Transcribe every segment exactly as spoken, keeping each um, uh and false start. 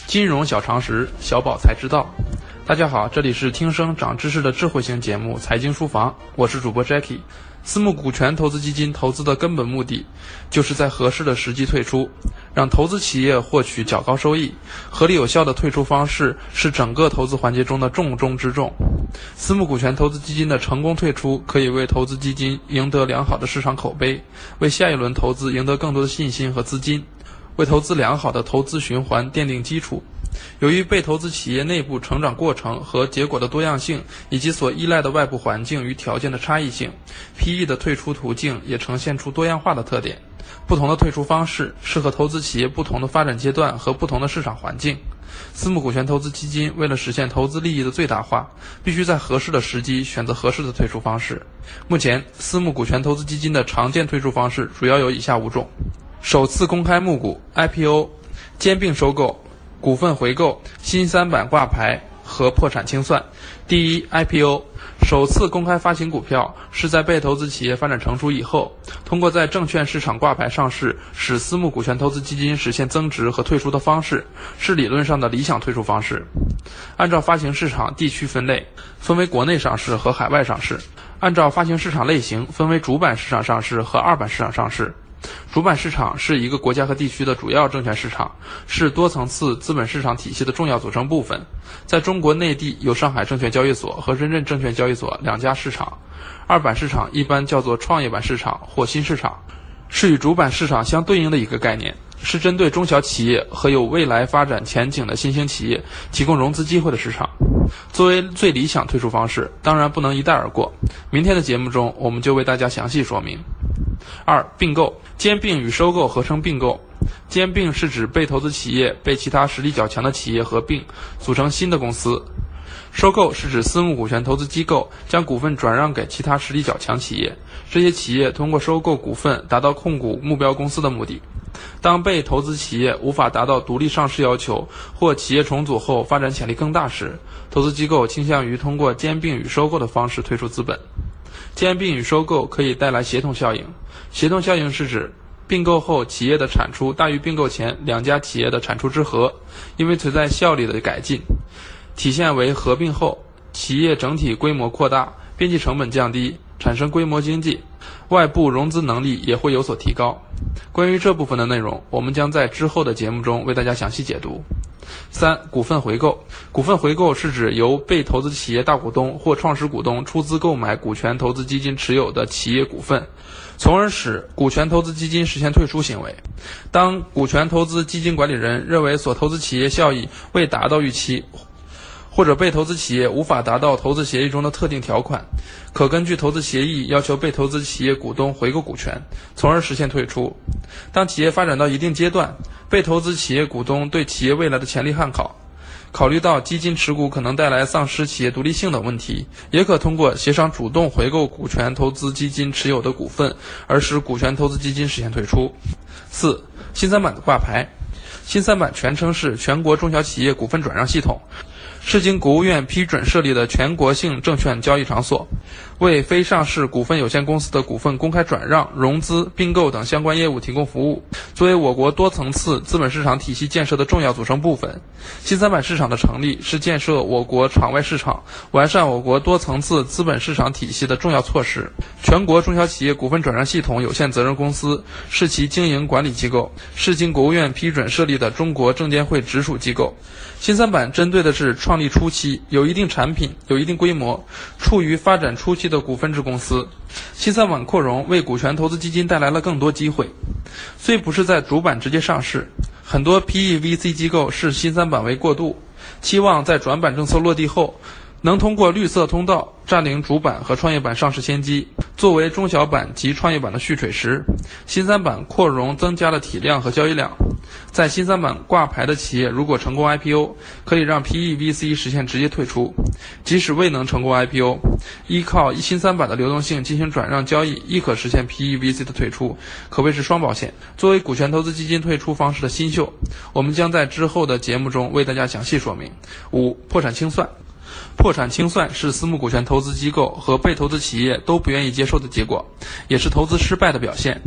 金融小常识，小宝才知道。大家好，这里是听声长知识的智慧型节目《财经书房》，我是主播 Jackie。私募股权投资基金投资的根本目的，就是在合适的时机退出，让投资企业获取较高收益。合理有效的退出方式是整个投资环节中的重中之重。私募股权投资基金的成功退出，可以为投资基金赢得良好的市场口碑，为下一轮投资赢得更多的信心和资金，为投资良好的投资循环奠定基础。由于被投资企业内部成长过程和结果的多样性，以及所依赖的外部环境与条件的差异性， P E 的退出途径也呈现出多样化的特点。不同的退出方式适合投资企业不同的发展阶段和不同的市场环境。私募股权投资基金为了实现投资利益的最大化，必须在合适的时机选择合适的退出方式。目前，私募股权投资基金的常见退出方式主要有以下五种：首次公开募股 I P O、 兼并收购、股份回购、新三板挂牌和破产清算。第一 I P O， 首次公开发行股票，是在被投资企业发展成熟以后，通过在证券市场挂牌上市，使私募股权投资基金实现增值和退出的方式，是理论上的理想退出方式。按照发行市场地区分类，分为国内上市和海外上市；按照发行市场类型，分为主板市场上市和二板市场上市。主板市场是一个国家和地区的主要证券市场，是多层次资本市场体系的重要组成部分。在中国内地有上海证券交易所和深圳证券交易所两家市场。二板市场一般叫做创业板市场或新市场，是与主板市场相对应的一个概念，是针对中小企业和有未来发展前景的新兴企业提供融资机会的市场。作为最理想退出方式，当然不能一带而过。明天的节目中，我们就为大家详细说明。二、并购，兼并与收购合称并购。兼并是指被投资企业被其他实力较强的企业合并，组成新的公司。收购是指私募股权投资机构将股份转让给其他实力较强企业，这些企业通过收购股份达到控股目标公司的目的。当被投资企业无法达到独立上市要求，或企业重组后发展潜力更大时，投资机构倾向于通过兼并与收购的方式退出资本。兼并与收购可以带来协同效应。协同效应是指并购后企业的产出大于并购前两家企业的产出之和，因为存在效率的改进。体现为合并后企业整体规模扩大，边际成本降低，产生规模经济，外部融资能力也会有所提高。关于这部分的内容，我们将在之后的节目中为大家详细解读。三、股份回购。股份回购是指由被投资企业大股东或创始股东出资购买股权投资基金持有的企业股份，从而使股权投资基金实现退出行为。当股权投资基金管理人认为所投资企业效益未达到预期，或者被投资企业无法达到投资协议中的特定条款，可根据投资协议要求被投资企业股东回购股权，从而实现退出。当企业发展到一定阶段，被投资企业股东对企业未来的潜力看好，考虑到基金持股可能带来丧失企业独立性的问题，也可通过协商主动回购股权投资基金持有的股份，而使股权投资基金实现退出。四、新三板的挂牌。新三板全称是全国中小企业股份转让系统，是经国务院批准设立的全国性证券交易场所，为非上市股份有限公司的股份公开转让、融资、并购等相关业务提供服务。作为我国多层次资本市场体系建设的重要组成部分，新三板市场的成立是建设我国场外市场、完善我国多层次资本市场体系的重要措施。全国中小企业股份转让系统有限责任公司是其经营管理机构，是经国务院批准设立的中国证监会直属机构。新三板针对的是创立初期有一定产品、有一定规模、处于发展初期的股份制公司。新三板扩容为股权投资基金带来了更多机会。虽不是在主板直接上市，很多 P E V C 机构视新三板为过渡，期望在转板政策落地后，能通过绿色通道占领主板和创业板上市先机。作为中小板及创业板的蓄水池，新三板扩容增加了体量和交易量。在新三板挂牌的企业如果成功 I P O， 可以让 P E V C 实现直接退出。即使未能成功 I P O， 依靠新三板的流动性进行转让交易，亦可实现 P E V C 的退出，可谓是双保险。作为股权投资基金退出方式的新秀，我们将在之后的节目中为大家详细说明。五、破产清算。破产清算是私募股权投资机构和被投资企业都不愿意接受的结果，也是投资失败的表现。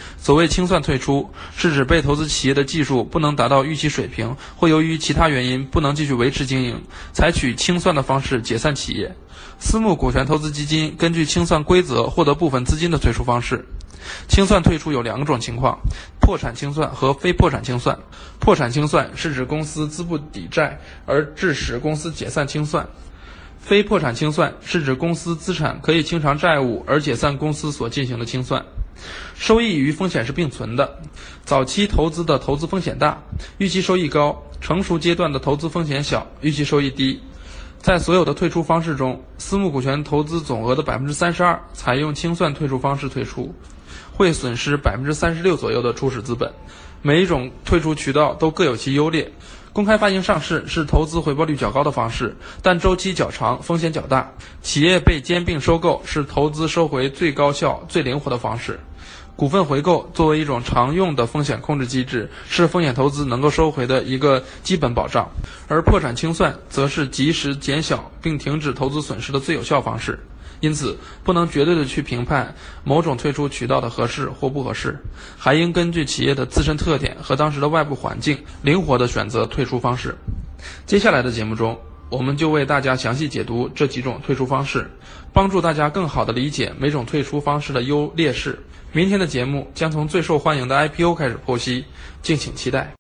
所谓清算退出，是指被投资企业的技术不能达到预期水平，或由于其他原因不能继续维持经营，采取清算的方式解散企业。私募股权投资基金根据清算规则获得部分资金的退出方式。清算退出有两种情况：破产清算和非破产清算。破产清算是指公司资不抵债而致使公司解散清算。非破产清算是指公司资产可以清偿债务而解散公司所进行的清算。收益与风险是并存的，早期投资的投资风险大，预期收益高；成熟阶段的投资风险小，预期收益低。在所有的退出方式中，私募股权投资总额的 百分之三十二 采用清算退出方式退出，会损失 百分之三十六 左右的初始资本。每一种退出渠道都各有其优劣。公开发行上市是投资回报率较高的方式，但周期较长，风险较大。企业被兼并收购是投资收回最高效、最灵活的方式。股份回购作为一种常用的风险控制机制，是风险投资能够收回的一个基本保障。而破产清算则是及时减小并停止投资损失的最有效方式。因此，不能绝对的去评判某种退出渠道的合适或不合适，还应根据企业的自身特点和当时的外部环境，灵活的选择退出方式。接下来的节目中，我们就为大家详细解读这几种退出方式，帮助大家更好地理解每种退出方式的优劣势。明天的节目将从最受欢迎的 I P O 开始剖析，敬请期待。